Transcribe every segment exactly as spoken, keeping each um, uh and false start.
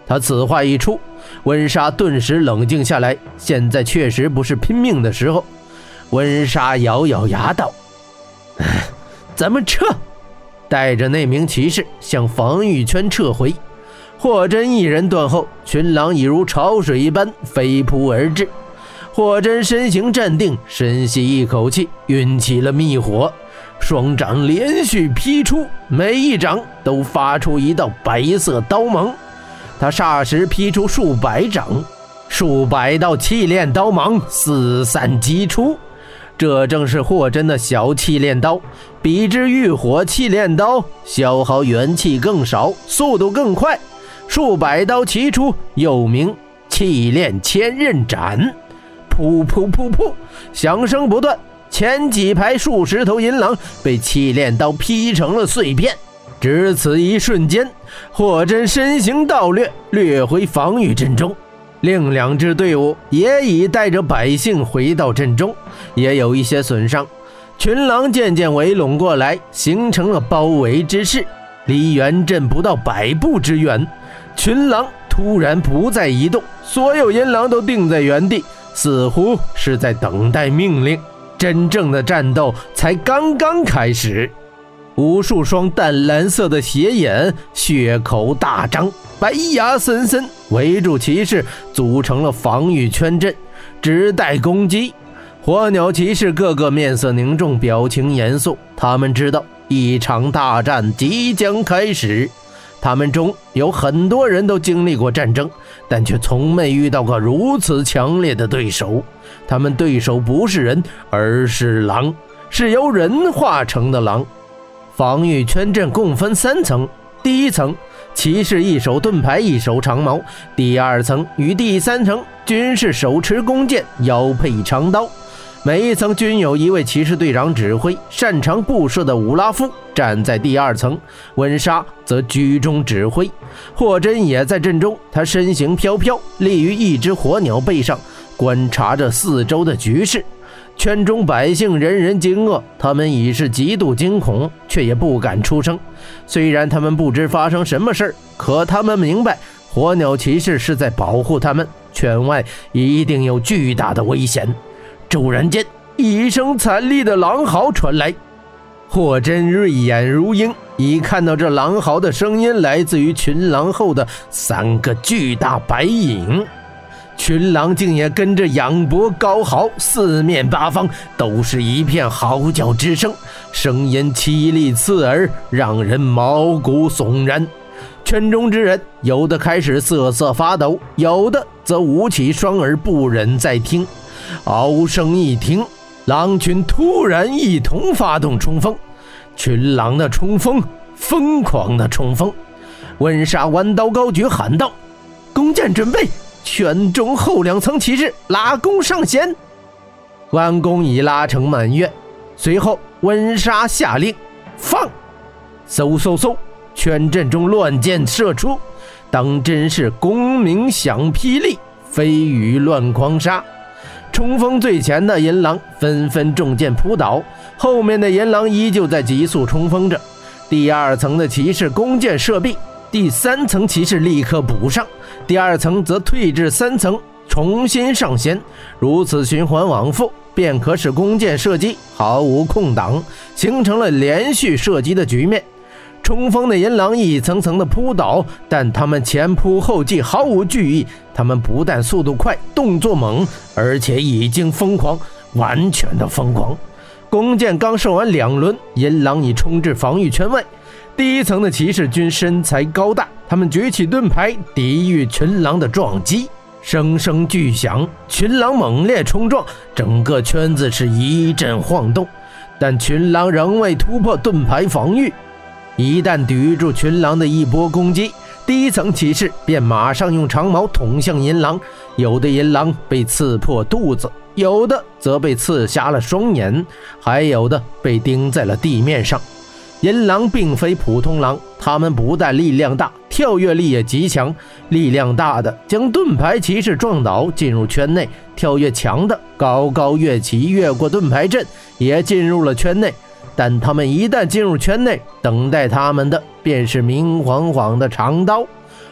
他此话一出，温莎顿时冷静下来，现在确实不是拼命的时候。温莎咬咬牙道：咱们撤！带着那名骑士向防御圈撤回。霍真一人断后，群狼已如潮水一般飞扑而至。霍真身形站定，深吸一口气，运起了秘火，双掌连续劈出，每一掌都发出一道白色刀芒。他霎时劈出数百掌，数百道气炼刀芒四散击出。这正是霍真的小气炼刀，比之浴火气炼刀，消耗元气更少，速度更快。数百刀齐出，又名气炼千刃斩。噗噗噗噗，响声不断，前几排数十头银狼被气炼刀劈成了碎片。只此一瞬间，霍真身形倒掠，掠回防御阵中。另两支队伍也已带着百姓回到阵中，也有一些损伤。群狼渐渐围拢过来，形成了包围之势，离原阵不到百步之远。群狼突然不再移动，所有银狼都定在原地，似乎是在等待命令。真正的战斗才刚刚开始。无数双淡蓝色的斜眼，血口大张，白牙森森，围住骑士，组成了防御圈阵，只待攻击。火鸟骑士个个面色凝重，表情严肃，他们知道一场大战即将开始。他们中有很多人都经历过战争，但却从没遇到过如此强烈的对手。他们对手不是人，而是狼，是由人化成的狼。防御圈阵共分三层，第一层骑士一手盾牌一手长矛，第二层与第三层均是手持弓箭腰配长刀，每一层均有一位骑士队长指挥，擅长步射的武拉夫站在第二层，温莎则居中指挥。霍真也在阵中，他身形飘飘，立于一只火鸟背上，观察着四周的局势。圈中百姓人人惊愕，他们已是极度惊恐，却也不敢出声。虽然他们不知发生什么事，可他们明白火鸟骑士是在保护他们，圈外一定有巨大的危险。骤然间，一声惨厉的狼嚎传来。霍真锐眼如鹰，一看到这狼嚎的声音来自于群狼后的三个巨大白影。群狼竟也跟着仰脖高嚎，四面八方都是一片嚎叫之声，声音凄厉刺耳，让人毛骨悚然。圈中之人有的开始瑟瑟发抖，有的则捂起双耳不忍再听。嗷声一停，狼群突然一同发动冲锋。群狼的冲锋，疯狂的冲锋。温莎弯刀高举喊道：弓箭准备，圈中后两层骑士拉弓上弦。弯弓已拉成满月，随后温莎下令放。嗖嗖嗖，圈阵中乱箭射出，当真是弓鸣响霹雳，飞雨乱狂沙。冲锋最前的银狼纷纷中箭扑倒，后面的银狼依旧在急速冲锋着。第二层的骑士弓箭射壁，第三层骑士立刻补上，第二层则退至三层，重新上弦，如此循环往复，便可使弓箭射击毫无空档，形成了连续射击的局面。冲锋的银狼一层层的扑倒，但他们前仆后继，毫无惧意。他们不但速度快，动作猛，而且已经疯狂，完全的疯狂。弓箭刚射完两轮，银狼已冲至防御圈外。第一层的骑士均身材高大，他们举起盾牌抵御群狼的撞击，声声巨响，群狼猛烈冲撞，整个圈子是一阵晃动。但群狼仍未突破盾牌防御，一旦抵住群狼的一波攻击，第一层骑士便马上用长矛捅向银狼，有的银狼被刺破肚子，有的则被刺瞎了双眼，还有的被钉在了地面上。银狼并非普通狼，他们不但力量大，跳跃力也极强。力量大的将盾牌骑士撞倒进入圈内，跳跃强的高高跃起，越过盾牌阵也进入了圈内。但他们一旦进入圈内，等待他们的便是明晃晃的长刀。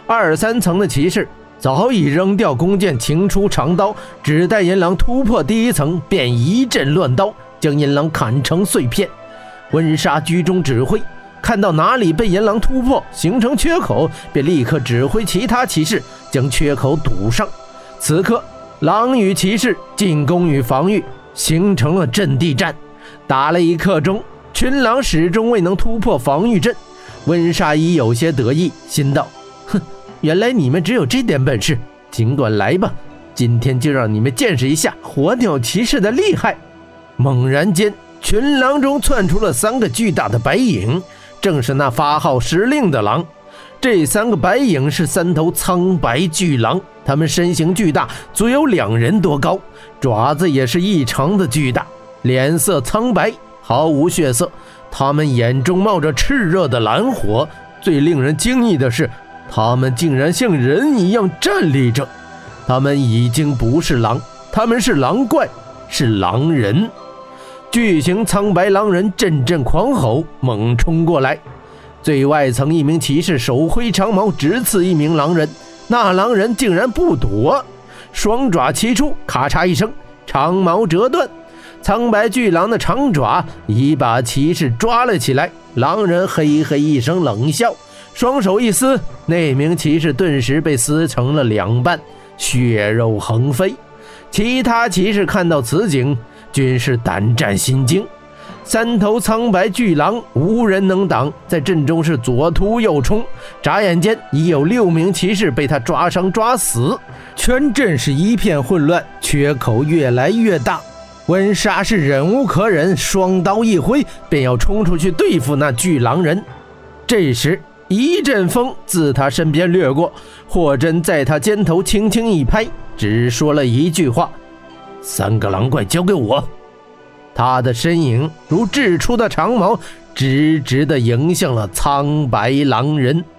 二三层的骑士早已扔掉弓箭，擎出长刀，只待银狼突破第一层，便一阵乱刀将银狼砍成碎片。温莎居中指挥，看到哪里被银狼突破形成缺口，便立刻指挥其他骑士将缺口堵上。此刻狼与骑士进攻与防御形成了阵地战，打了一刻钟，群狼始终未能突破防御阵。温莎伊有些得意，心道：哼，原来你们只有这点本事，尽管来吧，今天就让你们见识一下火鸟骑士的厉害。猛然间，群狼中窜出了三个巨大的白影，正是那发号施令的狼。这三个白影是三头苍白巨狼，它们身形巨大，足有两人多高，爪子也是异常的巨大，脸色苍白，毫无血色，它们眼中冒着炽热的蓝火。最令人惊异的是，它们竟然像人一样站立着。它们已经不是狼，它们是狼怪，是狼人。巨型苍白狼人阵阵狂吼，猛冲过来。最外层一名骑士手挥长矛直刺一名狼人，那狼人竟然不躲，双爪齐出，咔嚓一声，长矛折断。苍白巨狼的长爪已把骑士抓了起来，狼人嘿嘿一声冷笑，双手一撕，那名骑士顿时被撕成了两半，血肉横飞。其他骑士看到此景，均是胆战心惊。三头苍白巨狼无人能挡，在阵中是左突右冲，眨眼间已有六名骑士被他抓伤抓死，全阵是一片混乱，缺口越来越大。温莎是忍无可忍，双刀一挥，便要冲出去对付那巨狼人。这时一阵风自他身边掠过，霍真在他肩头轻轻一拍，只说了一句话：三个狼怪交给我。他的身影如掷出的长矛，直直地迎向了苍白狼人。